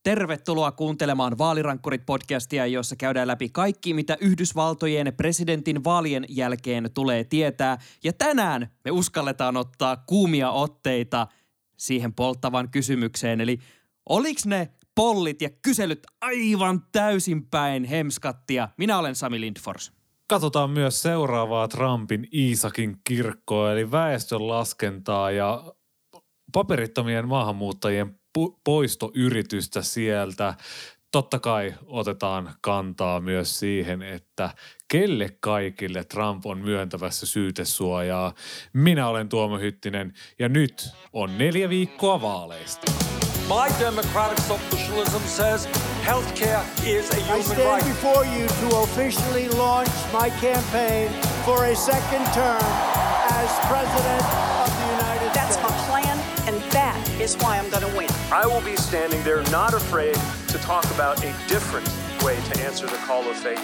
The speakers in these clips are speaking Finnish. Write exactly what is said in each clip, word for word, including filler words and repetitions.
Tervetuloa kuuntelemaan Vaalirankkurit-podcastia, jossa käydään läpi kaikki, mitä Yhdysvaltojen presidentin vaalien jälkeen tulee tietää. Ja tänään me uskalletaan ottaa kuumia otteita siihen polttavaan kysymykseen. Eli oliks ne pollit ja kyselyt aivan täysin päin hemskattia? Minä olen Sami Lindfors. Katsotaan myös seuraavaa Trumpin Iisakin kirkkoa, eli väestön laskentaa ja paperittomien maahanmuuttajien poistoyritystä sieltä. Totta kai otetaan kantaa myös siihen, että kelle kaikille Trump on myöntävässä syytesuojaa. Minä olen Tuomo Hyttinen ja nyt on neljä viikkoa vaaleista. My democratic socialism says healthcare is a human right. I stand before you to officially launch my campaign for a second term as president of the United States. That's my plan, and that is why I'm going to win. I will be standing there not afraid to talk about a different way to answer the call of faith.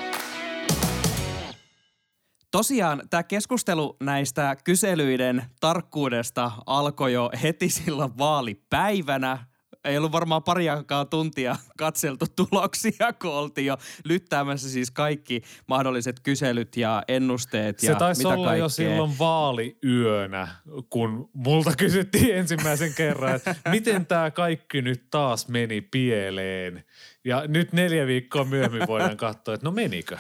Tosiaan tämä keskustelu näistä kyselyiden tarkkuudesta alkoi jo heti silloin vaalipäivänä. Ei ollut varmaan pariakaan tuntia katseltu tuloksia, kun oltiin jo lyttäämässä siis kaikki mahdolliset kyselyt ja ennusteet ja mitä kaikkea. Se taisi olla jo silloin vaaliyönä, kun multa kysyttiin ensimmäisen kerran, että miten tämä kaikki nyt taas meni pieleen. Ja nyt neljä viikkoa myöhemmin voidaan katsoa, että no menikö?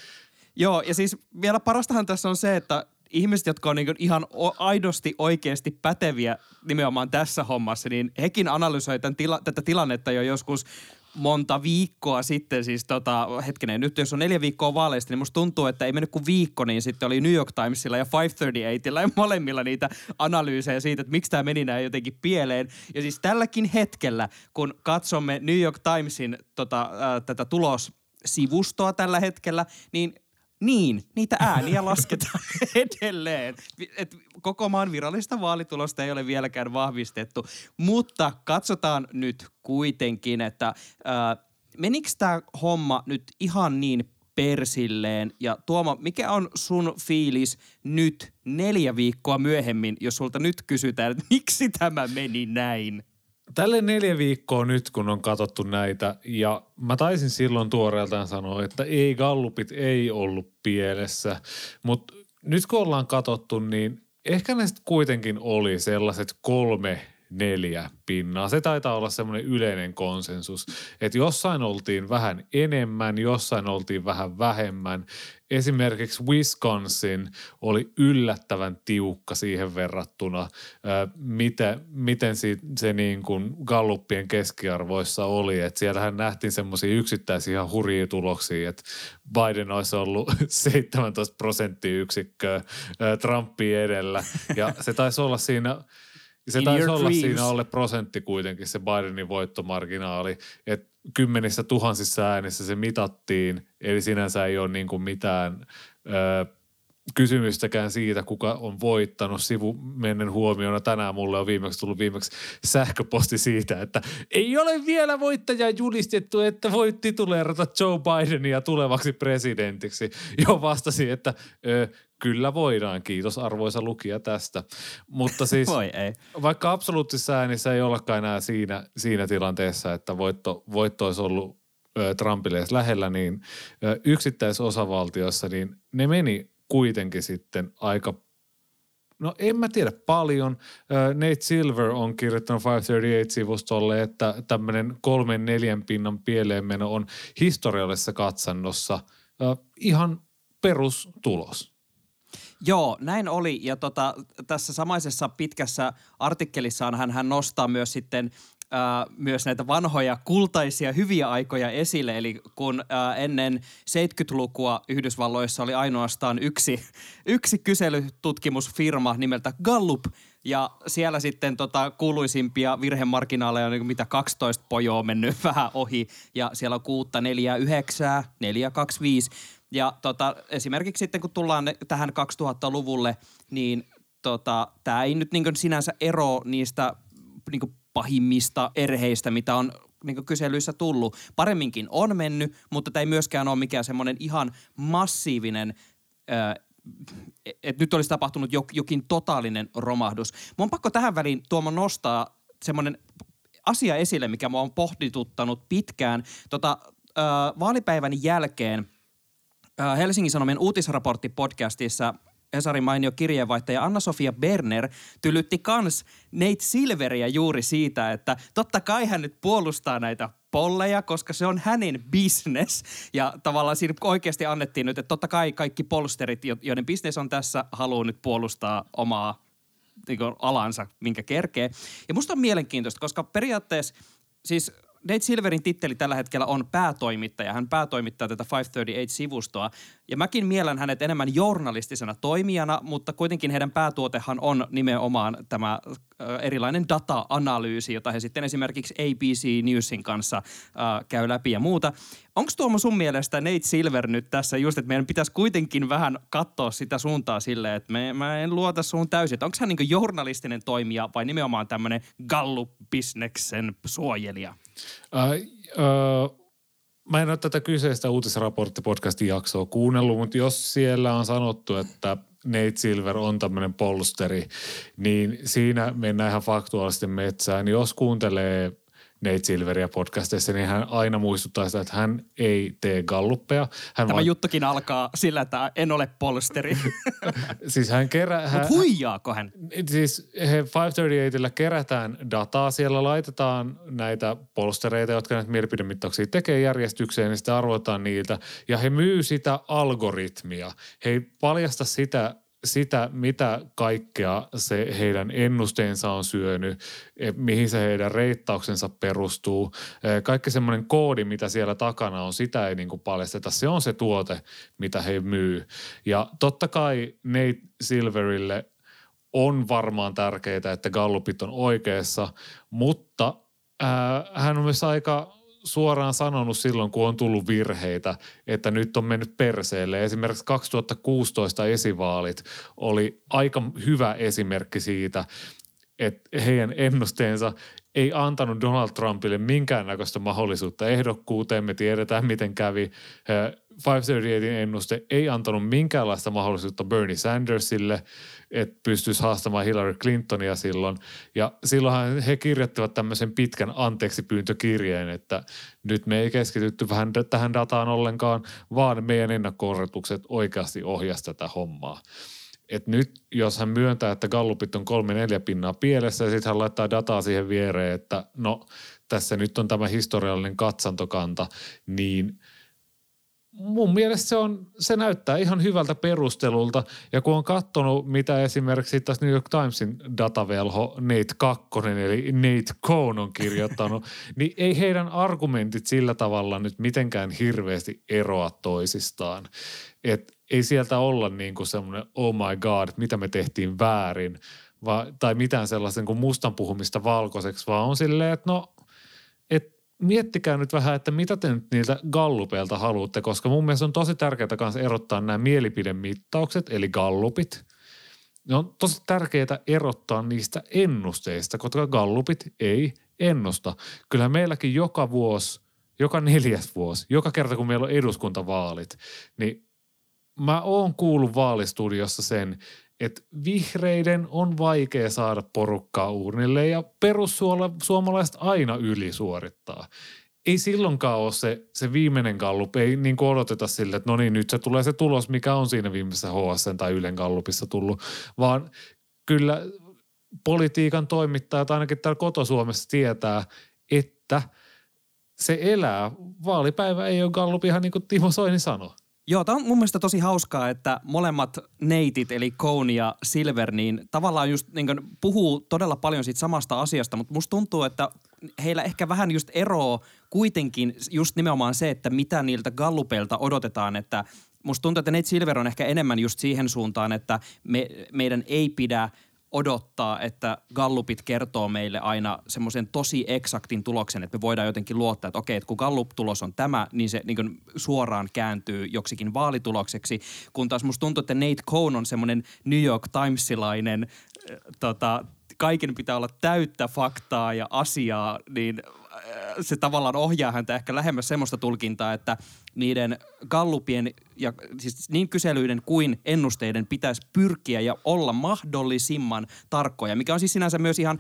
Joo, ja siis vielä parastahan tässä on se, että ihmiset, jotka on niin ihan aidosti oikeasti päteviä nimenomaan tässä hommassa, niin hekin analysoi tämän tila- tätä tilannetta jo joskus monta viikkoa sitten. Siis tota, hetkinen, nyt jos on neljä viikkoa vaaleista, niin musta tuntuu, että ei mennyt kuin viikko, niin sitten oli New York Timesilla ja viisi kolmekymmentäkahdeksan ja molemmilla niitä analyysejä siitä, että miksi tämä meni näin jotenkin pieleen. Ja siis tälläkin hetkellä, kun katsomme New York Timesin tota, äh, tätä tulossivustoa tällä hetkellä, niin Niin, niitä ääniä lasketaan edelleen. Et koko maan virallista vaalitulosta ei ole vieläkään vahvistettu, mutta katsotaan nyt kuitenkin, että äh, menikö tämä homma nyt ihan niin persilleen? Ja Tuomo, mikä on sun fiilis nyt neljä viikkoa myöhemmin, jos sulta nyt kysytään, että miksi tämä meni näin? Tälle neljä viikkoa nyt, kun on katsottu näitä, ja mä taisin silloin tuoreeltaan sanoa, että ei gallupit ei ollut pielessä, mutta nyt kun ollaan katsottu, niin ehkä ne kuitenkin oli sellaiset kolme, neljä pinnaa. Se taitaa olla semmoinen yleinen konsensus, että jossain oltiin vähän enemmän, jossain oltiin vähän vähemmän. Esimerkiksi Wisconsin oli yllättävän tiukka siihen verrattuna, miten, miten se, se niin kuin Gallupien keskiarvoissa oli. Että siellähän nähtiin semmoisia yksittäisiä ihan hurjia tuloksia, että Biden olisi ollut seitsemäntoista prosenttiyksikköä Trumpia edellä. Ja se taisi olla siinä... Se In taisi olla dreams. siinä alle prosentti kuitenkin se Bidenin voittomarginaali, että kymmenissä tuhansissa äänissä se mitattiin, eli sinänsä ei ole niin kuin mitään ö, kysymystäkään siitä, kuka on voittanut. Sivumennen huomiona tänään mulle on viimeksi tullut viimeksi sähköposti siitä, että ei ole vielä voittajaa julistettu, että voi tituleerata Joe Bidenia tulevaksi presidentiksi. Jo vastasi, että ö, kyllä voidaan, kiitos arvoisa lukija tästä. Mutta siis Voi ei. Vaikka absoluuttisessa äänissä ei ollakaan enää siinä, siinä tilanteessa, että voitto, voitto olisi ollut ö, Trumpille edes lähellä, niin ö, yksittäisosavaltiossa, niin ne meni kuitenkin sitten aika, no en mä tiedä paljon. Nate Silver on kirjoittanut viisi kolmekymmentäkahdeksan-sivustolle, että tämmöinen kolmen neljän pinnan pieleenmeno on historiallisessa katsannossa ihan perustulos. Joo, näin oli. Ja tota, tässä samaisessa pitkässä artikkelissaan hän, hän nostaa myös sitten äh, myös näitä vanhoja kultaisia hyviä aikoja esille. Eli kun äh, ennen seitsemänkymmentälukua Yhdysvalloissa oli ainoastaan yksi, yksi kyselytutkimusfirma nimeltä Gallup. Ja siellä sitten tota kuuluisimpia virhemarginaaleja on niin mitä kaksitoista pojoa mennyt vähän ohi. Ja siellä on kuutta, neljää, yhdeksää, neljä, kaksi, viisi. Ja tota, esimerkiksi sitten kun tullaan tähän kaksituhattaluvulle, niin tota, tämä ei nyt niin kuin sinänsä ero niistä niin kuin pahimmista erheistä, mitä on niin kuin kyselyissä tullut. Paremminkin on mennyt, mutta tämä ei myöskään ole mikään semmoinen ihan massiivinen, että nyt olisi tapahtunut jokin totaalinen romahdus. Mun on pakko tähän väliin, Tuomo, nostaa semmoinen asia esille, mikä mua on pohdituttanut pitkään. Tota, äh, vaalipäivän jälkeen äh, Helsingin Sanomien uutisraportti-podcastissa Hesarin mainio kirjeenvaihtaja Anna-Sofia Berner tylytti kans Nate Silveriä juuri siitä, että totta kai hän nyt puolustaa näitä polleja, koska se on hänen business. Ja tavallaan siinä oikeasti annettiin nyt, että totta kai kaikki polsterit, joiden business on tässä, haluaa nyt puolustaa omaa niin kuin, alansa, minkä kerkee. Ja musta on mielenkiintoista, koska periaatteessa siis Nate Silverin titteli tällä hetkellä on päätoimittaja. Hän päätoimittaa tätä viisisataakolmekymmentäkahdeksan-sivustoa. Ja mäkin miellän hänet enemmän journalistisena toimijana, mutta kuitenkin heidän päätuotehan on nimenomaan tämä äh, erilainen data-analyysi, jota he sitten esimerkiksi A B C Newsin kanssa äh, käy läpi ja muuta. Onko Tuomo sun mielestä Nate Silver nyt tässä just, että meidän pitäisi kuitenkin vähän katsoa sitä suuntaa silleen, että me, mä en luota suun täysin. Onko hän niin journalistinen toimija vai nimenomaan tämmöinen Gallup-bisneksen suojelija? Äh, äh, mä en ole tätä kyseistä uutisraporttipodcastin jaksoa kuunnellut, mutta jos siellä on sanottu, että Nate Silver on tämmöinen polsteri, niin siinä mennään ihan faktuaalisesti metsään. Jos kuuntelee Nate Silveria podcastissa, niin hän aina muistuttaa sitä, että hän ei tee galluppeja. Hän Tämä vaan... juttukin alkaa sillä, että en ole polsteri. siis hän kerää... Mutta huijaako hän? Siis he viisisataakolmekymmentäkahdeksan kerätään dataa, siellä laitetaan näitä polstereita, jotka näitä mielipidemittauksia tekee järjestykseen, niin sitten arvotaan niiltä. Ja he myy sitä algoritmia. He ei paljasta sitä, sitä, mitä kaikkea se heidän ennusteensa on syönyt, mihin se heidän reittauksensa perustuu. Kaikki semmoinen koodi, mitä siellä takana on, sitä ei niin kuin paljasteta. Se on se tuote, mitä he myy. Ja totta kai Nate Silverille on varmaan tärkeää, että gallupit on oikeassa, mutta ää, hän on myös aika suoraan sanonut silloin, kun on tullut virheitä, että nyt on mennyt perseelle. Esimerkiksi kaksituhattakuusitoista esivaalit oli aika hyvä esimerkki siitä, että heidän ennusteensa ei antanut Donald Trumpille minkäännäköistä mahdollisuutta ehdokkuuteen. Me tiedetään, miten kävi. viisisataakolmekymmentäkahdeksan ennuste ei antanut minkäänlaista mahdollisuutta Bernie Sandersille, että pystyisi haastamaan Hillary Clintonia silloin. Ja silloinhan he kirjoittivat tämmöisen pitkän anteeksipyyntökirjeen, että nyt me ei keskitytty vähän tähän dataan ollenkaan, vaan meidän ennakko-odotukset oikeasti ohjasi tätä hommaa. Et nyt, jos hän myöntää, että gallupit on kolme neljä pinnaa pielessä ja sitten hän laittaa dataa siihen viereen, että no tässä nyt on tämä historiallinen katsantokanta, niin mun mielestä se, on, se näyttää ihan hyvältä perustelulta. Ja kun on katsonut, mitä esimerkiksi tässä New York Timesin datavelho Nate Kakkonen eli Nate Cohn on kirjoittanut, niin ei heidän argumentit sillä tavalla nyt mitenkään hirveästi eroa toisistaan. Että ei sieltä olla niin kuin semmoinen oh my god, mitä me tehtiin väärin, va, tai mitään sellaisen kuin mustan puhumista valkoiseksi, vaan on silleen, että no, että miettikää nyt vähän, että mitä te nyt niiltä gallupeilta haluatte, koska mun mielestä on tosi tärkeää myös erottaa nämä mielipidemittaukset, eli gallupit. Ne on tosi tärkeää erottaa niistä ennusteista, koska gallupit ei ennusta. Kyllä meilläkin joka vuosi, joka neljäs vuosi, joka kerta kun meillä on eduskuntavaalit, niin mä oon kuullut vaalistudiossa sen, että vihreiden on vaikea saada porukkaa uurnille ja perussuomalaiset aina ylisuorittaa. Ei silloinkaan ole se, se viimeinen gallup, ei niin kuin odoteta sille, että no niin, nyt se tulee se tulos, mikä on siinä viimeisessä H S N tai Ylen gallupissa tullut, vaan kyllä politiikan toimittajat ainakin täällä koto-Suomessa tietää, että se elää. Vaalipäivä ei ole gallup ihan niin kuin Timo Soini sanoi. Joo, tämä on mun mielestä tosi hauskaa, että molemmat neitit, eli Cohn ja Silver, niin tavallaan just niin kuin puhuu todella paljon siitä samasta asiasta, mutta musta tuntuu, että heillä ehkä vähän just eroo kuitenkin just nimenomaan se, että mitä niiltä gallupeilta odotetaan, että musta tuntuu, että Nate Silver on ehkä enemmän just siihen suuntaan, että me, meidän ei pidä odottaa, että gallupit kertoo meille aina semmoisen tosi eksaktin tuloksen, että me voidaan jotenkin luottaa, että okei, että kun gallup-tulos on tämä, niin se niin kuin suoraan kääntyy joksikin vaalitulokseksi, kun taas musta tuntuu, että Nate Cohn on semmoinen New York Timesilainen, äh, tota, kaiken pitää olla täyttä faktaa ja asiaa, niin äh, se tavallaan ohjaa häntä ehkä lähemmäs semmoista tulkintaa, että niiden gallupien ja siis niin kyselyiden kuin ennusteiden pitäisi pyrkiä ja olla mahdollisimman tarkkoja, mikä on siis sinänsä myös ihan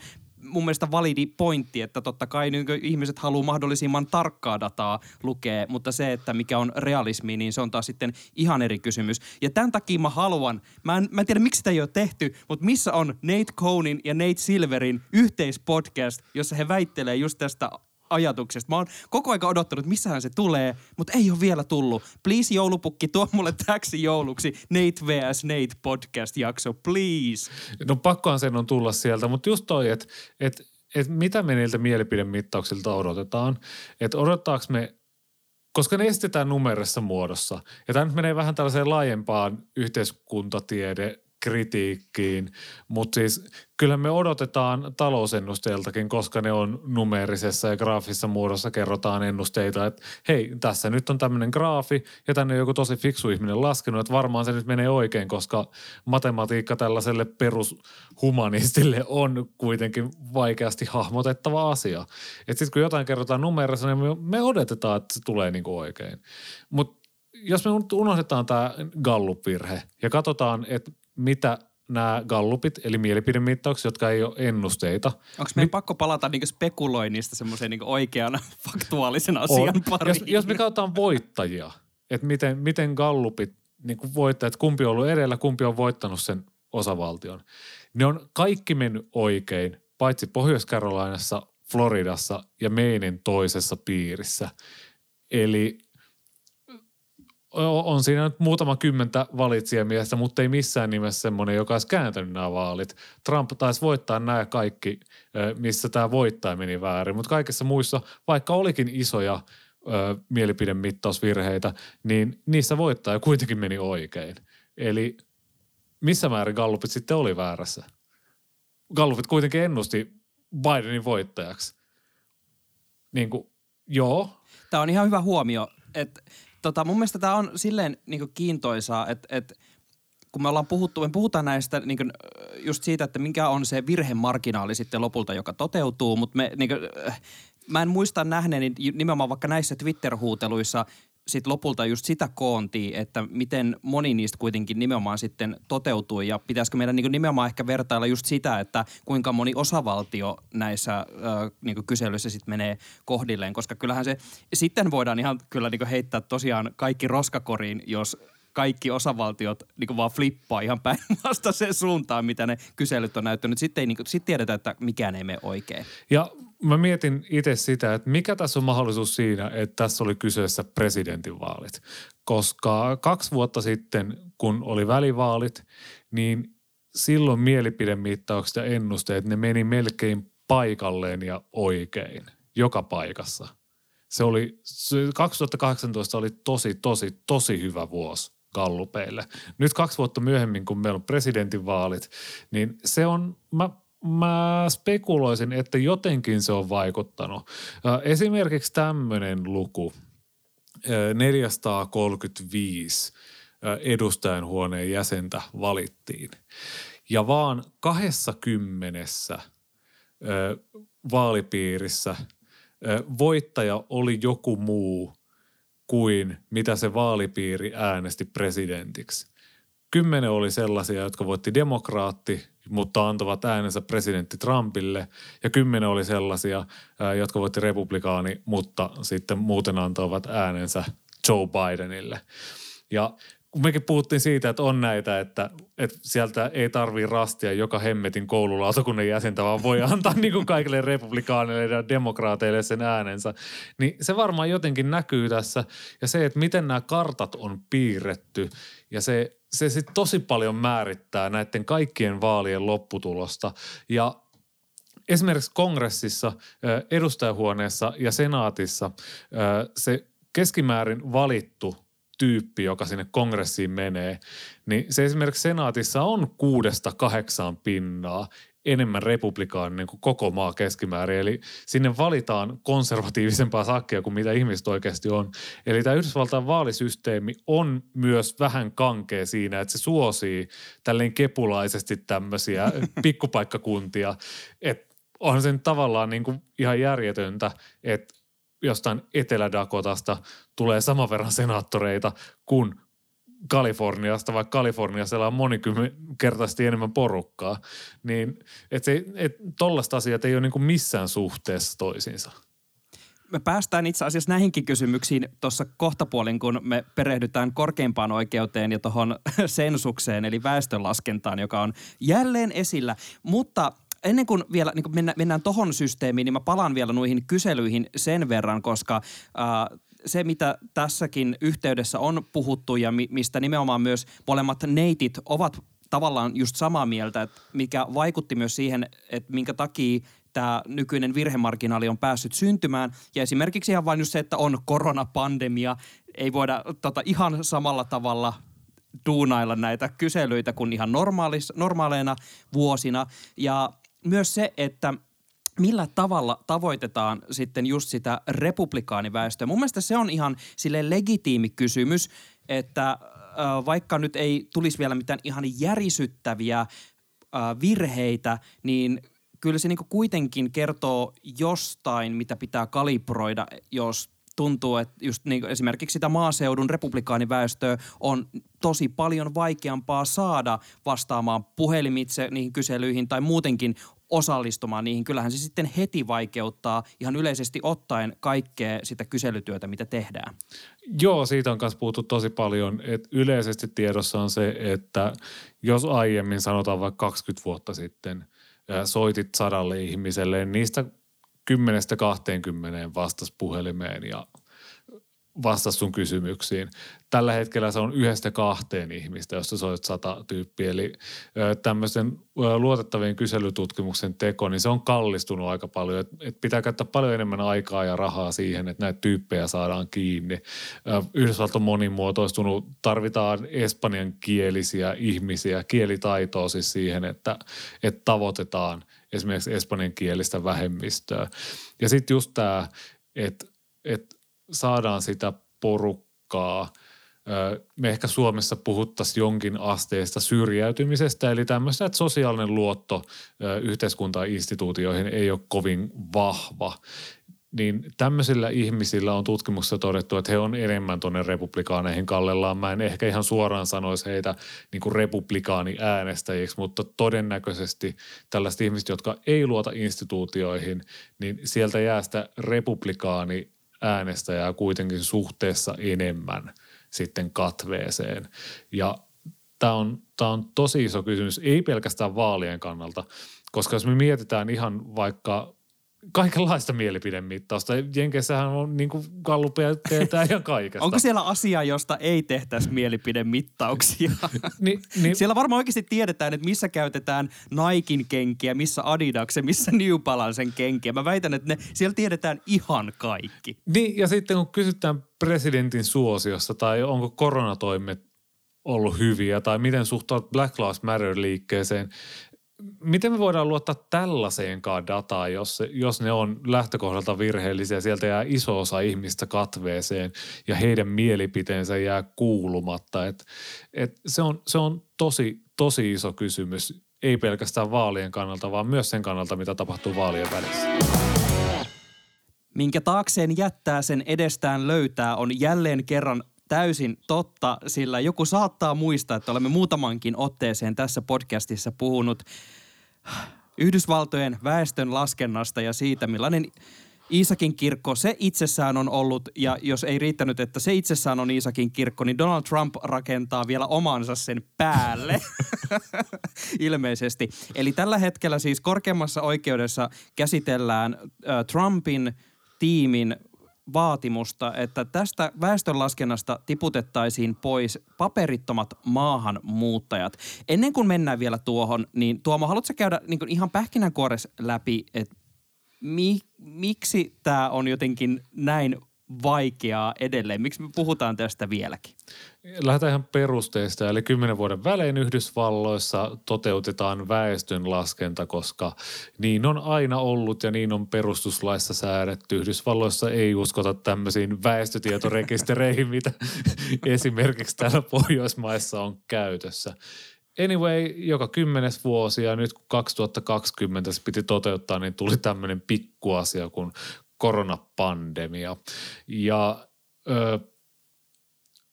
mun mielestä validi pointti, että totta kai niin ihmiset haluaa mahdollisimman tarkkaa dataa lukea, mutta se, että mikä on realismi, niin se on taas sitten ihan eri kysymys. Ja tämän takia mä haluan, mä en, mä en tiedä miksi sitä ei ole tehty, mutta missä on Nate Cohnin ja Nate Silverin yhteispodcast, jossa he väittelee just tästä ajatuksesta. Mä oon koko ajan odottanut, missähän se tulee, mutta ei ole vielä tullut. Please joulupukki, tuo mulle täksi jouluksi Nate versus. Nate podcast-jakso, please. No pakkohan sen on tulla sieltä, mutta just toi, että et, et mitä me niiltä mielipidemittauksilta odotetaan. Että odottaako me, koska ne estetään numerossa muodossa. Ja tämä nyt menee vähän tällaiseen laajempaan yhteiskuntatiede kritiikkiin, mutta siis kyllä me odotetaan talousennusteiltakin, koska ne on numeerisessa ja graafisessa muodossa kerrotaan ennusteita, että hei, tässä nyt on tämmöinen graafi ja tänne on joku tosi fiksu ihminen laskenut, että varmaan se nyt menee oikein, koska matematiikka tällaiselle perushumanistille on kuitenkin vaikeasti hahmotettava asia. Että sitten kun jotain kerrotaan numeerissa, niin me, me odotetaan, että se tulee niinku oikein. Mutta jos me unohdetaan tämä Gallup-virhe ja katsotaan, että mitä nämä gallupit, eli mielipidemittaukset, jotka ei ole ennusteita. Onko meidän Mi- pakko palata niinku spekuloinnista semmoiseen niinku oikeana faktuaalisen asian pariin? Jos, jos me katsotaan voittajia, että miten, miten gallupit, niinku voittajat, kumpi on ollut edellä, kumpi on voittanut sen osavaltion, ne on kaikki mennyt oikein, paitsi Pohjois-Carolinassa, Floridassa ja Mainen toisessa piirissä. Eli on siinä nyt muutama kymmentä valitsijamiestä, mutta ei missään nimessä semmoinen, joka olisi kääntänyt nämä vaalit. Trump taisi voittaa nämä kaikki, missä tämä voittaja meni väärin, mutta kaikissa muissa, vaikka olikin isoja ö, mielipidemittausvirheitä, niin niissä voittaja kuitenkin meni oikein. Eli missä määrin gallupit sitten oli väärässä? Gallupit kuitenkin ennusti Bidenin voittajaksi. Niin kuin, joo. Tämä on ihan hyvä huomio, että Tota, mun mielestä tämä on silleen niin kiintoisaa, että, että kun me ollaan puhuttu, me puhutaan näistä niin kuin, just siitä, että mikä on se virhemarginaali sitten lopulta, joka toteutuu, mutta me, niin kuin, mä en muista nähneeni nimenomaan vaikka näissä Twitter-huuteluissa sitten lopulta just sitä koontia, että miten moni niistä kuitenkin nimenomaan sitten toteutui ja pitäisikö meidän niin nimenomaan ehkä vertailla just sitä, että kuinka moni osavaltio näissä äh, niin kyselyissä sitten menee kohdilleen, koska kyllähän se sitten voidaan ihan kyllä niin heittää tosiaan kaikki roskakoriin, jos kaikki osavaltiot niin vaan flippaa ihan päinvastaiseen suuntaan, mitä ne kyselyt on näyttänyt. Sitten ei, niin kuin, sit tiedetään, että mikään ei mene oikein. Ja mä mietin itse sitä, että mikä tässä on mahdollisuus siinä, että tässä oli kyseessä presidentinvaalit. Koska kaksi vuotta sitten, kun oli välivaalit, niin silloin mielipidemittaukset ja ennusteet, ne meni melkein paikalleen ja oikein, joka paikassa. Se oli, kaksituhattakahdeksantoista oli tosi, tosi, tosi hyvä vuosi gallupeille. Nyt kaksi vuotta myöhemmin, kun meillä on presidentinvaalit, niin se on, mä, mä spekuloisin, että jotenkin se on vaikuttanut. Esimerkiksi tämmöinen luku, neljäsataakolmekymmentäviisi edustajanhuoneen jäsentä valittiin. Ja vaan kahdessakymmenessä vaalipiirissä voittaja oli joku muu kuin mitä se vaalipiiri äänesti presidentiksi. Kymmenen oli sellaisia, jotka voitti demokraatti, mutta antavat äänensä presidentti Trumpille. Ja kymmenen oli sellaisia, jotka voitti republikaani, mutta sitten muuten antavat äänensä Joe Bidenille. Ja kun mekin puhuttiin siitä, että on näitä, että, että sieltä ei tarvitse rastia joka hemmetin koululautakunnan jäsentä, vaan voi antaa niin kuin kaikille republikaaneille ja demokraateille sen äänensä. Niin se varmaan jotenkin näkyy tässä. Ja se, että miten nämä kartat on piirretty ja se, se sitten tosi paljon määrittää näiden kaikkien vaalien lopputulosta. Ja esimerkiksi kongressissa, edustajahuoneessa ja senaatissa se keskimäärin valittu tyyppi, joka sinne kongressiin menee, niin se esimerkiksi senaatissa on kuudesta kahdeksaan pinnaa enemmän republikaaninen kuin koko maa keskimäärin. Eli sinne valitaan konservatiivisempaa sakkia kuin mitä ihmiset oikeasti on. Eli tämä Yhdysvaltain vaalisysteemi on myös vähän kankea siinä, että se suosii tälleen kepulaisesti tämmöisiä pikkupaikkakuntia. Että onhan se nyt tavallaan niin kuin ihan järjetöntä, että jostain Etelä-Dakotasta tulee saman verran senaattoreita kuin Kaliforniasta, vaikka Kaliforniassa on monikymmenkertaisesti enemmän porukkaa, niin että et, tollaista asiat ei ole niin kuin missään suhteessa toisiinsa. Me päästään itse asiassa näihinkin kysymyksiin tuossa kohtapuolin, kun me perehdytään korkeimpaan oikeuteen ja tuohon sensukseen, eli väestönlaskentaan, joka on jälleen esillä. Mutta ennen kuin vielä niin kuin mennään, mennään tuohon systeemiin, niin mä palaan vielä noihin kyselyihin sen verran, koska äh, se, mitä tässäkin yhteydessä on puhuttu ja mi- mistä nimenomaan myös molemmat neitit ovat tavallaan just samaa mieltä, että mikä vaikutti myös siihen, että minkä takia tämä nykyinen virhemarginaali on päässyt syntymään. Ja esimerkiksi ihan vain just se, että on koronapandemia, ei voida tota, ihan samalla tavalla duunailla näitä kyselyitä kuin ihan normaaleina vuosina. Ja myös se, että millä tavalla tavoitetaan sitten just sitä republikaaniväestöä. Mun mielestä se on ihan silleen legitiimi kysymys, että äh, vaikka nyt ei tulisi vielä mitään ihan järisyttäviä äh, virheitä, niin kyllä se niinku kuitenkin kertoo jostain, mitä pitää kalibroida, jos tuntuu, että just niin esimerkiksi sitä maaseudun republikaaniväestöä on tosi paljon vaikeampaa saada vastaamaan puhelimitse niihin kyselyihin tai muutenkin osallistumaan niihin. Kyllähän se sitten heti vaikeuttaa ihan yleisesti ottaen kaikkea sitä kyselytyötä, mitä tehdään. Joo, siitä on myös puhuttu tosi paljon, että yleisesti tiedossa on se, että jos aiemmin sanotaan vaikka kaksikymmentä vuotta sitten soitit sadalle ihmiselle, niistä kymmenestä kahteenkymmeneen vastasi puhelimeen ja vastasi sun kysymyksiin. Tällä hetkellä se on yhdestä kahteen ihmistä, jos sä soit sata tyyppiä. Eli tämmöisen luotettavien kyselytutkimuksen teko, niin se on kallistunut aika paljon. Et, et pitää käyttää paljon enemmän aikaa ja rahaa siihen, että näitä tyyppejä saadaan kiinni. Yhdysvallat on monimuotoistunut. Tarvitaan espanjankielisiä ihmisiä, kielitaitoa siis siihen, että, että tavoitetaan esimerkiksi espanjankielistä vähemmistöä. Ja sitten just tämä, että, että saadaan sitä porukkaa. Me ehkä Suomessa puhuttaisiin jonkin asteesta syrjäytymisestä, eli tämmöistä, että sosiaalinen luotto yhteiskuntainstituutioihin ei ole kovin vahva. Niin tämmöisillä ihmisillä on tutkimuksessa todettu, että he on enemmän tuonne republikaaneihin kallellaan. Mä en ehkä ihan suoraan sanoisi heitä niin kuin republikaani-äänestäjiksi, mutta todennäköisesti tällaiset ihmiset, jotka ei luota instituutioihin, niin sieltä jää sitä republikaani äänestäjää kuitenkin suhteessa enemmän sitten katveeseen. Ja tämä on, tämä on tosi iso kysymys, ei pelkästään vaalien kannalta, koska jos me mietitään ihan vaikka kaikenlaista mielipidemittausta, Jenkeissähän on niin kuin gallupia teetään ihan kaikesta. Onko siellä asiaa, josta ei tehtäisi mielipidemittauksia? Ni, niin, siellä varmaan oikeasti tiedetään, että missä käytetään Niken kenkiä, missä Adidaksen, missä New Balancen kenkiä. Mä väitän, että ne, siellä tiedetään ihan kaikki. Niin, ja sitten kun kysytään presidentin suosiosta tai onko koronatoimet ollut hyviä tai miten suhtaut Black Lives Matter-liikkeeseen, miten me voidaan luottaa tällaiseenkaan dataan, jos, jos ne on lähtökohdalta virheellisiä? Sieltä jää iso osa ihmistä katveeseen ja heidän mielipiteensä jää kuulumatta. Et, et se, on, se on tosi, tosi iso kysymys, ei pelkästään vaalien kannalta, vaan myös sen kannalta, mitä tapahtuu vaalien välissä. Minkä taakseen jättää, sen edestään löytää, on jälleen kerran täysin totta, sillä joku saattaa muistaa, että olemme muutamankin otteeseen tässä podcastissa puhunut Yhdysvaltojen väestön laskennasta ja siitä, millainen Iisakin kirkko se itsessään on ollut. Ja jos ei riittänyt, että se itsessään on Iisakin kirkko, niin Donald Trump rakentaa vielä omansa sen päälle ilmeisesti. Eli tällä hetkellä siis korkeimmassa oikeudessa käsitellään äh, Trumpin tiimin vaatimusta, että tästä väestönlaskennasta tiputettaisiin pois paperittomat maahanmuuttajat. Ennen kuin mennään vielä tuohon, niin Tuomo, haluatko käydä niin kuin ihan pähkinänkuoressa läpi, että mi, miksi tämä on jotenkin näin vaikeaa edelleen? Miksi me puhutaan tästä vieläkin? Lähdetään ihan perusteista. Eli kymmenen vuoden välein Yhdysvalloissa toteutetaan väestönlaskenta, koska niin on aina ollut ja niin on perustuslaissa säädetty. Yhdysvalloissa ei uskota tämmöisiin väestötietorekistereihin, mitä esimerkiksi täällä Pohjoismaissa on käytössä. Anyway, joka kymmenes vuosi ja nyt kun kaksituhattakaksikymmentä se piti toteuttaa, niin tuli tämmöinen pikkuasia kuin koronapandemia. Ja ö,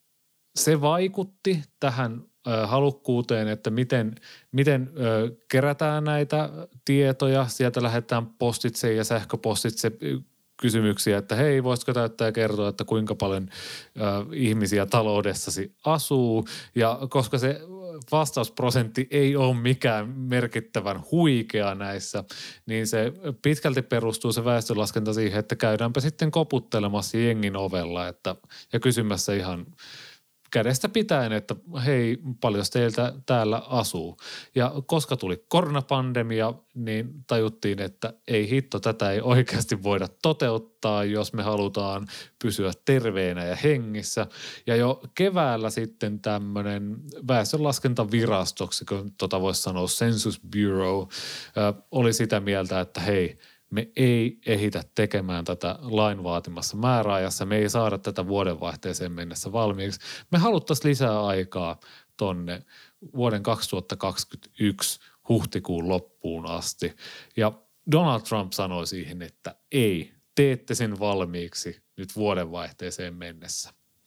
se vaikutti tähän ö, halukkuuteen, että miten, miten ö, kerätään näitä tietoja. Sieltä lähdetään postitse ja sähköpostitse kysymyksiä, että hei, voisitko täyttää ja kertoa, että kuinka paljon ö, ihmisiä taloudessasi asuu. Ja koska se vastausprosentti ei ole mikään merkittävän huikea näissä, niin se pitkälti perustuu se väestönlaskenta siihen, että käydäänpä sitten koputtelemassa jengin ovella että, ja kysymässä ihan kädestä pitäen, että hei, paljon teiltä täällä asuu. Ja koska tuli koronapandemia, niin tajuttiin, että ei hitto, tätä ei oikeasti voida toteuttaa, jos me halutaan pysyä terveenä ja hengissä. Ja jo keväällä sitten tämmöinen väestönlaskentavirastoksi, kun tota voisi sanoa Census Bureau, oli sitä mieltä, että hei, me ei ehitä tekemään tätä lain vaatimassa määräajassa. Me ei saada tätä vuodenvaihteeseen mennessä valmiiksi. Me haluttaisiin lisää aikaa tonne vuoden kaksituhattakaksikymmentäyksi huhtikuun loppuun asti. Ja Donald Trump sanoi siihen, että ei, teette sen valmiiksi nyt vuodenvaihteeseen mennessä.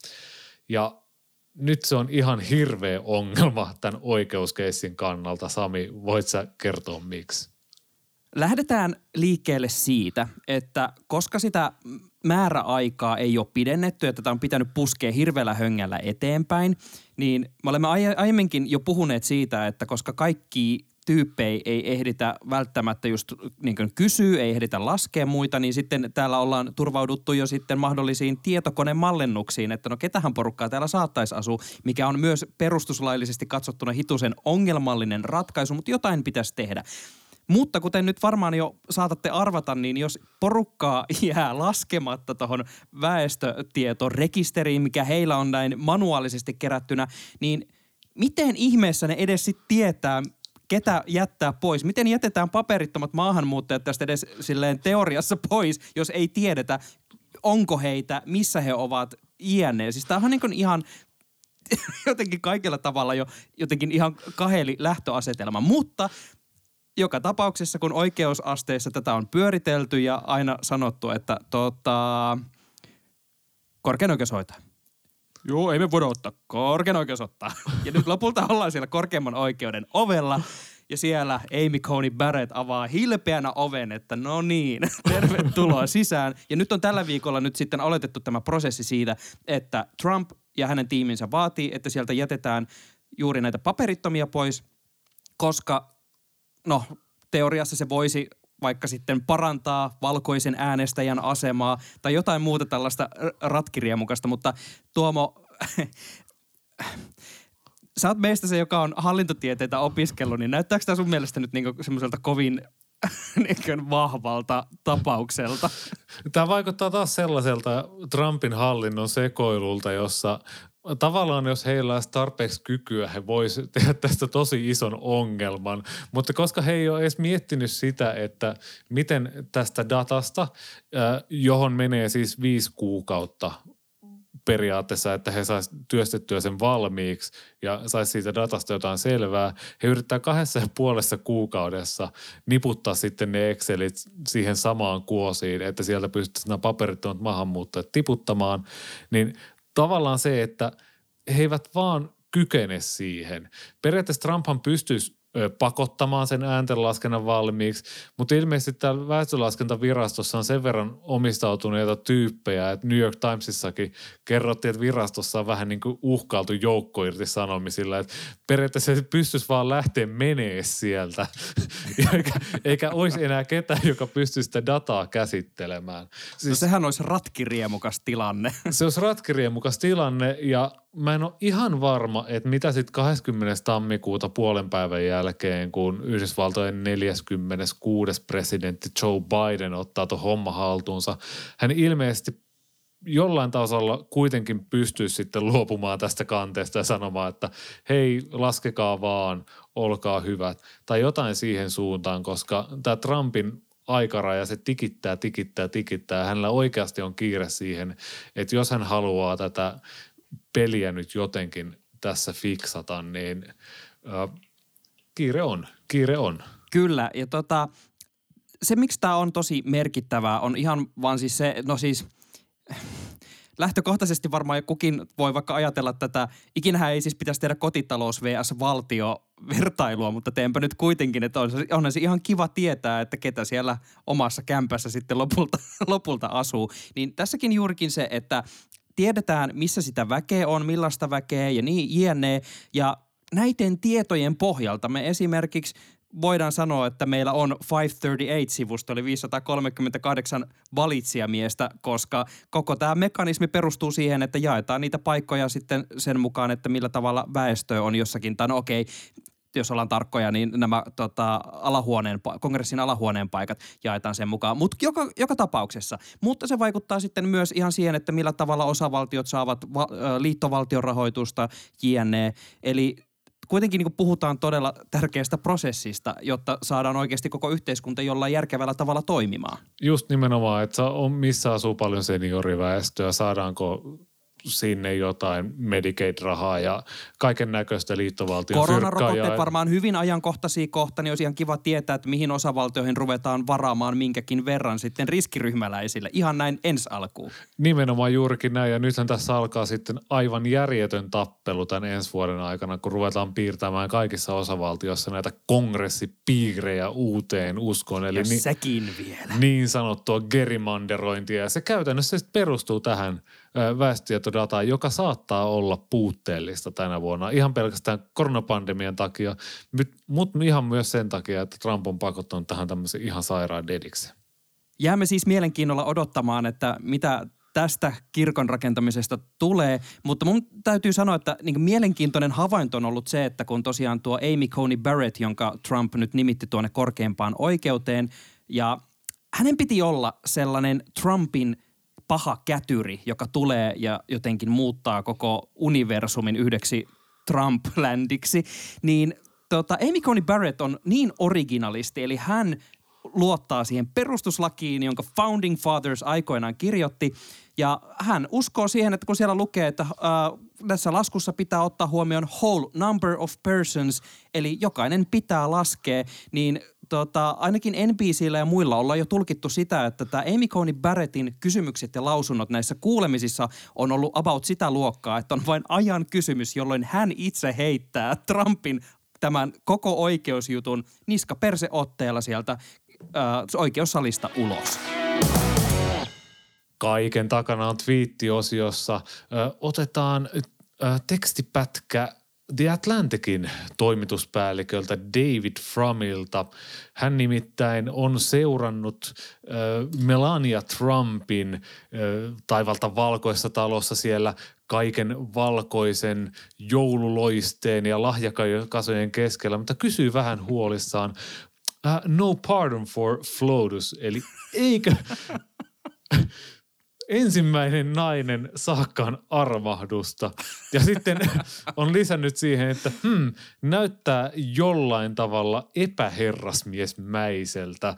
Ja nyt se on ihan hirveä ongelma tämän oikeuskeissin kannalta. Sami, voit sä kertoa miksi? Lähdetään liikkeelle siitä, että koska sitä määräaikaa ei ole pidennetty ja tätä on pitänyt puskea hirveällä höngällä eteenpäin, niin me olemme aiemminkin jo puhuneet siitä, että koska kaikki tyyppejä ei ehditä välttämättä just niin kuin kysyä, ei ehditä laskea muita, niin sitten täällä ollaan turvauduttu jo sitten mahdollisiin tietokonemallennuksiin, että no ketähän porukkaa täällä saattaisi asua, mikä on myös perustuslaillisesti katsottuna hitusen ongelmallinen ratkaisu, mutta jotain pitäisi tehdä. Mutta kuten nyt varmaan jo saatatte arvata, niin jos porukkaa jää laskematta tuohon väestötietorekisteriin, mikä heillä on näin manuaalisesti kerättynä, niin miten ihmeessä ne edes sitten tietää, ketä jättää pois? Miten jätetään paperittomat maahanmuuttajat tästä edes silleen teoriassa pois, jos ei tiedetä, onko heitä, missä he ovat iänneet? Siis tämähän on niin kuin ihan jotenkin kaikella tavalla jo jotenkin ihan kaheli lähtöasetelma, mutta joka tapauksessa, kun oikeusasteessa tätä on pyöritelty ja aina sanottu, että tota, korkein oikeus hoitaa. Joo, ei me voida ottaa. Korkein oikeus ottaa. Ja nyt lopulta ollaan siellä korkeimman oikeuden ovella ja siellä Amy Coney Barrett avaa hilpeänä oven, että no niin, tervetuloa sisään. Ja nyt on tällä viikolla nyt sitten aloitettu tämä prosessi siitä, että Trump ja hänen tiiminsä vaatii, että sieltä jätetään juuri näitä paperittomia pois, koska no, teoriassa se voisi vaikka sitten parantaa valkoisen äänestäjän asemaa tai jotain muuta tällaista ratkiriemukaista, mutta Tuomo, sä oot meistä se, joka on hallintotieteitä opiskellut, niin näyttääkö tämä sun mielestä nyt niinku semmoiselta kovin niin vahvalta tapaukselta? Tämä vaikuttaa taas sellaiselta Trumpin hallinnon sekoilulta, jossa tavallaan jos heillä olisi tarpeeksi kykyä, he voisivat tehdä tästä tosi ison ongelman, mutta koska he ei ole edes miettinyt sitä, että miten tästä datasta, johon menee siis viisi kuukautta periaatteessa, että he saisivat työstettyä sen valmiiksi ja saisi siitä datasta jotain selvää. He yrittää kahdessa ja puolessa kuukaudessa niputtaa sitten ne Excelit siihen samaan kuosiin, että sieltä pystyttäisiin nämä paperittomat maahanmuuttajat tiputtamaan, niin tavallaan se, että he eivät vaan kykene siihen. Periaatteessa Trumphan pystyisi pakottamaan sen ääntenlaskennan valmiiksi, mutta ilmeisesti täällä väestönlaskentavirastossa on sen verran omistautuneita tyyppejä, että New York Timesissakin kerrottiin, että virastossa on vähän niin kuin uhkailtu joukko irti sanomisilla, että periaatteessa se pystyisi vaan lähteä menee sieltä, eikä, eikä olisi enää ketään, joka pystyisi sitä dataa käsittelemään. Siis, no sehän olisi ratkiriemukas tilanne. Se olisi ratkiriemukas tilanne ja mä en ole ihan varma, että mitä sitten kahdeskymmenes tammikuuta puolen päivän jälkeen, kun Yhdysvaltojen neljäskymmeneskuudes presidentti Joe Biden ottaa tuon homma haltuunsa. Hän ilmeisesti jollain tasolla kuitenkin pystyisi sitten luopumaan tästä kanteesta ja sanomaan, että hei, laskekaa vaan, olkaa hyvät. Tai jotain siihen suuntaan, koska tämä Trumpin aikaraja, se tikittää, tikittää, tikittää. Hänellä oikeasti on kiire siihen, että jos hän haluaa tätä peliä nyt jotenkin tässä fiksata, niin äh, kiire on, kiire on. Kyllä, ja tota, se miksi tämä on tosi merkittävää on ihan vaan siis se, no siis, lähtökohtaisesti varmaan kukin voi vaikka ajatella tätä, ikinähän ei siis pitäisi tehdä kotitalous versus valtio vertailua, mutta teenpä nyt kuitenkin, että on, onhan se ihan kiva tietää, että ketä siellä omassa kämpässä sitten lopulta, lopulta asuu. Niin tässäkin juurikin se, että tiedetään, missä sitä väkeä on, millaista väkeä ja niin jne. Ja näiden tietojen pohjalta me esimerkiksi voidaan sanoa, että meillä on viisisataakolmekymmentäkahdeksan-sivusto, eli viisisataakolmekymmentäkahdeksan valitsijamiestä, koska koko tämä mekanismi perustuu siihen, että jaetaan niitä paikkoja sitten sen mukaan, että millä tavalla väestöä on jossakin. Tai no okei, jos ollaan tarkkoja, niin nämä tota, alahuoneen, kongressin alahuoneen paikat jaetaan sen mukaan. Mutta joka, joka tapauksessa. Mutta se vaikuttaa sitten myös ihan siihen, että millä tavalla osavaltiot saavat va- liittovaltion rahoitusta, jne. Eli kuitenkin niin kuin puhutaan todella tärkeästä prosessista, jotta saadaan oikeasti koko yhteiskunta jollain järkevällä tavalla toimimaan. Just nimenomaan, että on, missä asuu paljon senioriväestöä, saadaanko sinne jotain Medicaid-rahaa ja kaiken näköistä liittovaltion fyrkkaa. Koronarokotteet ja varmaan hyvin ajankohtaisia kohta, niin olisi ihan kiva tietää, että mihin osavaltioihin ruvetaan varaamaan minkäkin verran sitten riskiryhmäläisille. Ihan näin ensi alkuun. Nimenomaan juurikin näin, ja nythän tässä alkaa sitten aivan järjetön tappelu tämän ensi vuoden aikana, kun ruvetaan piirtämään kaikissa osavaltioissa näitä kongressipiirejä uuteen uskoon. Eli ja ni- sekin vielä. Niin sanottua gerimanderointia, ja se käytännössä sitten perustuu tähän väestötietodataan, joka saattaa olla puutteellista tänä vuonna. Ihan pelkästään koronapandemian takia, mutta ihan myös sen takia, että Trump on pakottanut tähän tämmöisen ihan sairaan dediksen. Jäämme siis mielenkiinnolla odottamaan, että mitä tästä kirkon rakentamisesta tulee, mutta mun täytyy sanoa, että niin mielenkiintoinen havainto on ollut se, että kun tosiaan tuo Amy Coney Barrett, jonka Trump nyt nimitti tuonne korkeimpaan oikeuteen, ja hänen piti olla sellainen Trumpin paha kätyri, joka tulee ja jotenkin muuttaa koko universumin yhdeksi Trump-ländiksi, niin tota, Amy Coney Barrett on niin originalisti, eli hän luottaa siihen perustuslakiin, jonka Founding Fathers aikoinaan kirjoitti, ja hän uskoo siihen, että kun siellä lukee, että äh, tässä laskussa pitää ottaa huomioon whole number of persons, eli jokainen pitää laskea, niin tota, ainakin N B C:llä ja muilla ollaan jo tulkittu sitä, että tämä Amy Coney Barrettin kysymykset ja lausunnot näissä kuulemisissa on ollut about sitä luokkaa, että on vain ajan kysymys, jolloin hän itse heittää Trumpin tämän koko oikeusjutun niska-perse-otteella sieltä äh, oikeussalista ulos. Kaiken takana on twiittiosiossa. Ö, otetaan ö, tekstipätkä The Atlanticin toimituspäälliköltä David Frumilta. Hän nimittäin on seurannut ö, Melania Trumpin ö, taivalta valkoisessa talossa siellä kaiken valkoisen joululoisteen ja lahjakasojen keskellä, mutta kysyy vähän huolissaan, uh, no pardon for Flodus, eli eikö ensimmäinen nainen saakaan armahdusta. Ja sitten on lisännyt siihen, että hmm, näyttää jollain tavalla epäherrasmiesmäiseltä.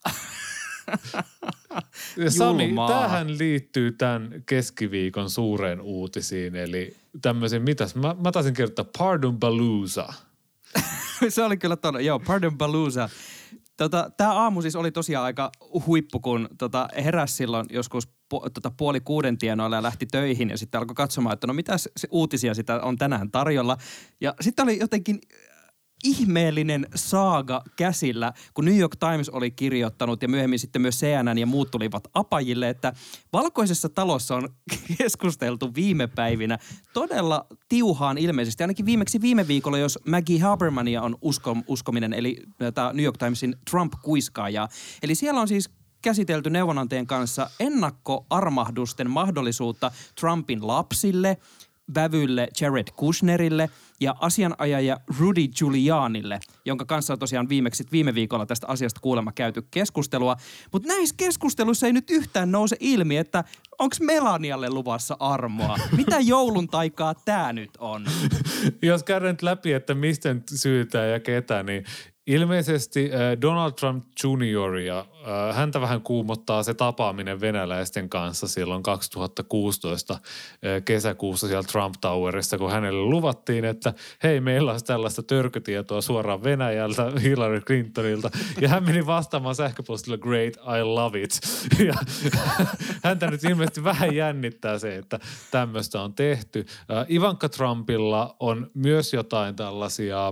Ja Sami, tämähän liittyy tämän keskiviikon suureen uutisiin, eli tämmöisen, mitäs, mä, mä taisin kirjoittaa Pardon Palooza. Se oli kyllä todella, joo, Pardon Palooza. Tota, tämä aamu siis oli tosiaan aika huippu, kun tota, heräsi silloin joskus po, tota, puoli kuuden tienoilla ja lähti töihin ja sitten alkoi katsomaan, että no mitä se, se uutisia sitä on tänään tarjolla. Ja sitten oli jotenkin ihmeellinen saaga käsillä, kun New York Times oli kirjoittanut ja myöhemmin sitten myös C N N ja muut tulivat apajille, että Valkoisessa talossa on keskusteltu viime päivinä todella tiuhaan ilmeisesti. Ainakin viimeksi viime viikolla, jos Maggie Habermania on usko, uskominen, eli tämä New York Timesin Trump-kuiskaaja. Eli siellä on siis käsitelty neuvonantajien kanssa ennakkoarmahdusten mahdollisuutta Trumpin lapsille, vävylle Jared Kushnerille ja asianajaja Rudy Giulianille, jonka kanssa on tosiaan viimeksi viime viikolla tästä asiasta kuulemma käyty keskustelua. Mutta näissä keskusteluissa ei nyt yhtään nouse ilmi, että onko Melanialle luvassa armoa? Mitä joulun taikaa tää nyt on? Jos käydään nyt läpi, että mistä nyt syytää ja ketä, niin Ilmeisesti Donald Trump junioria, häntä vähän kuumottaa se tapaaminen venäläisten kanssa silloin kaksituhattakuusitoista kesäkuussa siellä Trump Towerissa, kun hänelle luvattiin, että hei, meillä olisi tällaista törkytietoa suoraan Venäjältä, Hillary Clintonilta. Ja hän meni vastaamaan sähköpostilla great, I love it. Ja häntä nyt ilmeisesti vähän jännittää se, että tämmöistä on tehty. Ivanka Trumpilla on myös jotain tällaisia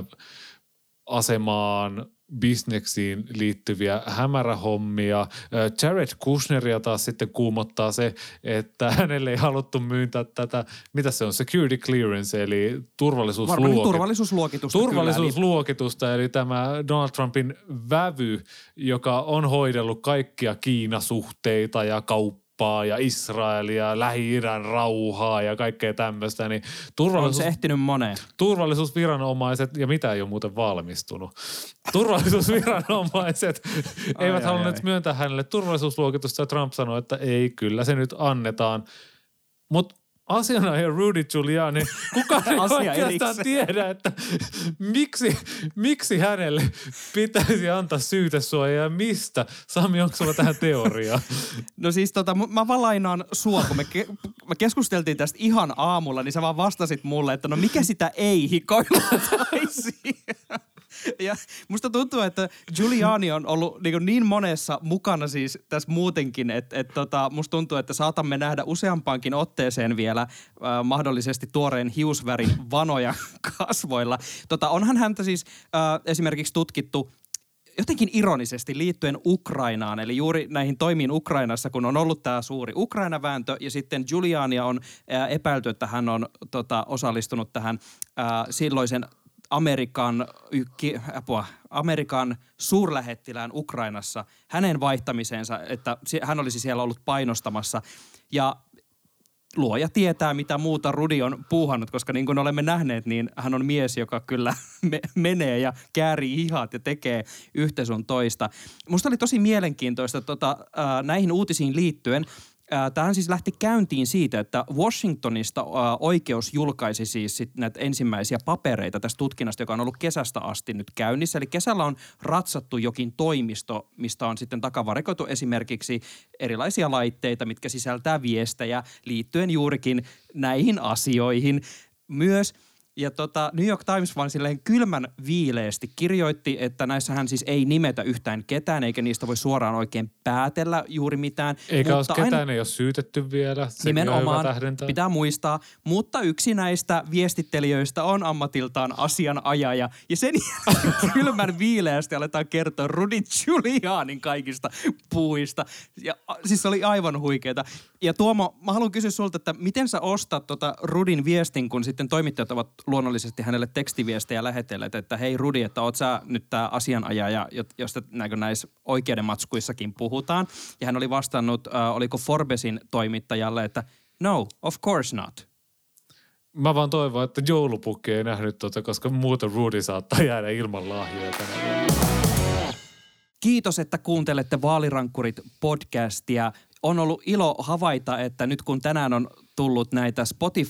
asemaan, bisneksiin liittyviä hämärähommia. Jared Kushneria taas sitten kuumottaa se, että hänelle ei haluttu myyntää tätä, mitä se on, security clearance, eli turvallisuusluokitus. turvallisuusluokitusta. Turvallisuusluokitusta, eli tämä Donald Trumpin vävy, joka on hoidellut kaikkia Kiinasuhteita ja kauppaa ja Israelia, Lähi-idän rauhaa ja kaikkea tämmöistä, niin turvallisuus... On se ehtinyt moneen. Turvallisuusviranomaiset, ja mitä ei ole muuten valmistunut, turvallisuusviranomaiset eivät ai, halunneet ai, myöntää hänelle turvallisuusluokitusta, ja Trump sanoi, että ei, kyllä se nyt annetaan. Mutta asianajaja Rudy Giuliani, kukaan ei oikeastaan tiedä, että miksi, miksi hänelle pitäisi antaa syytesuojaa ja mistä. Sami, onko sulla tähän teoriaa? No siis tota, mä vaan lainaan sua, kun me, ke, me keskusteltiin tästä ihan aamulla, niin sä vaan vastasit mulle, että no mikä sitä ei hikoilla taisi. Ja musta tuntuu, että Giuliani on ollut niin, niin monessa mukana siis tässä muutenkin, että et tota, musta tuntuu, että saatamme nähdä useampaankin otteeseen vielä äh, mahdollisesti tuoreen hiusvärin vanoja kasvoilla. Tota, onhan häntä siis äh, esimerkiksi tutkittu jotenkin ironisesti liittyen Ukrainaan, eli juuri näihin toimiin Ukrainassa, kun on ollut tämä suuri Ukraina-vääntö, ja sitten Giuliania on äh, epäilty, että hän on tota, osallistunut tähän äh, silloisen Amerikan, apua, Amerikan suurlähettilään Ukrainassa, hänen vaihtamiseensa, että hän olisi siellä ollut painostamassa. Ja luoja tietää, mitä muuta Rudy on puuhannut, koska niin kuin olemme nähneet, niin hän on mies, joka kyllä me- menee ja käärii hihat ja tekee yhtä sun toista. Musta oli tosi mielenkiintoista tota, äh, näihin uutisiin liittyen. Tämähän siis lähti käyntiin siitä, että Washingtonista oikeus julkaisi siis sit näitä ensimmäisiä papereita tästä tutkinnasta, joka on ollut kesästä asti nyt käynnissä. Eli kesällä on ratsattu jokin toimisto, mistä on sitten takavarikoitu esimerkiksi erilaisia laitteita, mitkä sisältää viestejä liittyen juurikin näihin asioihin myös. Ja tota, New York Times vaan silleen kylmän viileesti kirjoitti, että näissähän siis ei nimetä yhtään ketään, eikä niistä voi suoraan oikein päätellä juuri mitään. Eikä mutta ole ketään, aina, ei ole syytetty vielä. Se nimenomaan pitää muistaa, mutta yksi näistä viestittelijöistä on ammatiltaan asianajaja. Ja sen jälkeen kylmän viileästi aletaan kertoa Rudy Giulianin kaikista puuista. Ja siis se oli aivan huikeeta. Ja Tuomo, mä haluan kysyä sulta, että miten sä ostat tota Rudin viestin, kun sitten toimittajat ovat luonnollisesti hänelle tekstiviestejä lähetelleet, että hei Rudy, että oot sä nyt tää asianajaja, josta näissä oikeudenmatskuissakin puhutaan. Ja hän oli vastannut, äh, oliko Forbesin toimittajalle, että no, of course not. Mä vaan toivon, että joulupukki ei nähnyt tota, koska muuten Rudy saattaa jäädä ilman lahjoja tänä vuonna. Kiitos, että kuuntelette Vaalirankkurit podcastia. On ollut ilo havaita, että nyt kun tänään on tullut näitä Spotify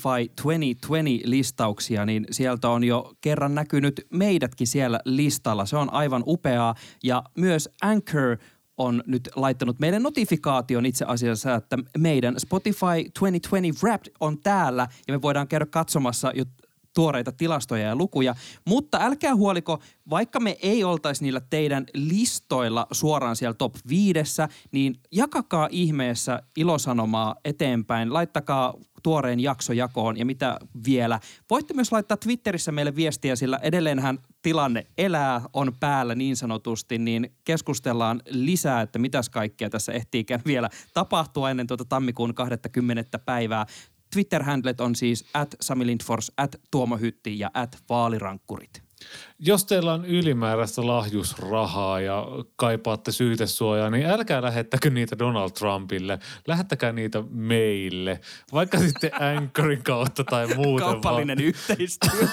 kaksituhattakaksikymmentä-listauksia, niin sieltä on jo kerran näkynyt meidätkin siellä listalla. Se on aivan upeaa ja myös Anchor on nyt laittanut meille notifikaation itse asiassa, että meidän Spotify kaksituhattakaksikymmentä Wrapped on täällä ja me voidaan käydä katsomassa jo tuoreita tilastoja ja lukuja, mutta älkää huoliko, vaikka me ei oltaisi niillä teidän listoilla suoraan siellä top viidessä, niin jakakaa ihmeessä ilosanomaa eteenpäin, laittakaa tuoreen jakso jakoon ja mitä vielä. Voitte myös laittaa Twitterissä meille viestiä, sillä edelleenhän tilanne elää, on päällä niin sanotusti, niin keskustellaan lisää, että mitäs kaikkea tässä ehtiikään vielä tapahtua ennen tuota tammikuun kaksikymmentä päivää. Twitter-handlet on siis at Sami Lindfors, at Tuomo Hytti ja at Vaalirankkurit. Jos teillä on ylimääräistä lahjusrahaa ja kaipaatte syytesuojaa, niin älkää lähettäkö niitä Donald Trumpille. Lähettäkää niitä meille, vaikka sitten Anchorin kautta tai muuten. Kaupallinen vaan yhteistyö.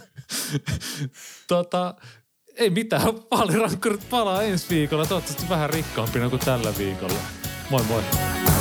tota, ei mitään, Vaalirankkurit palaa ensi viikolla. Toivottavasti vähän rikkaampina kuin tällä viikolla. Moi moi.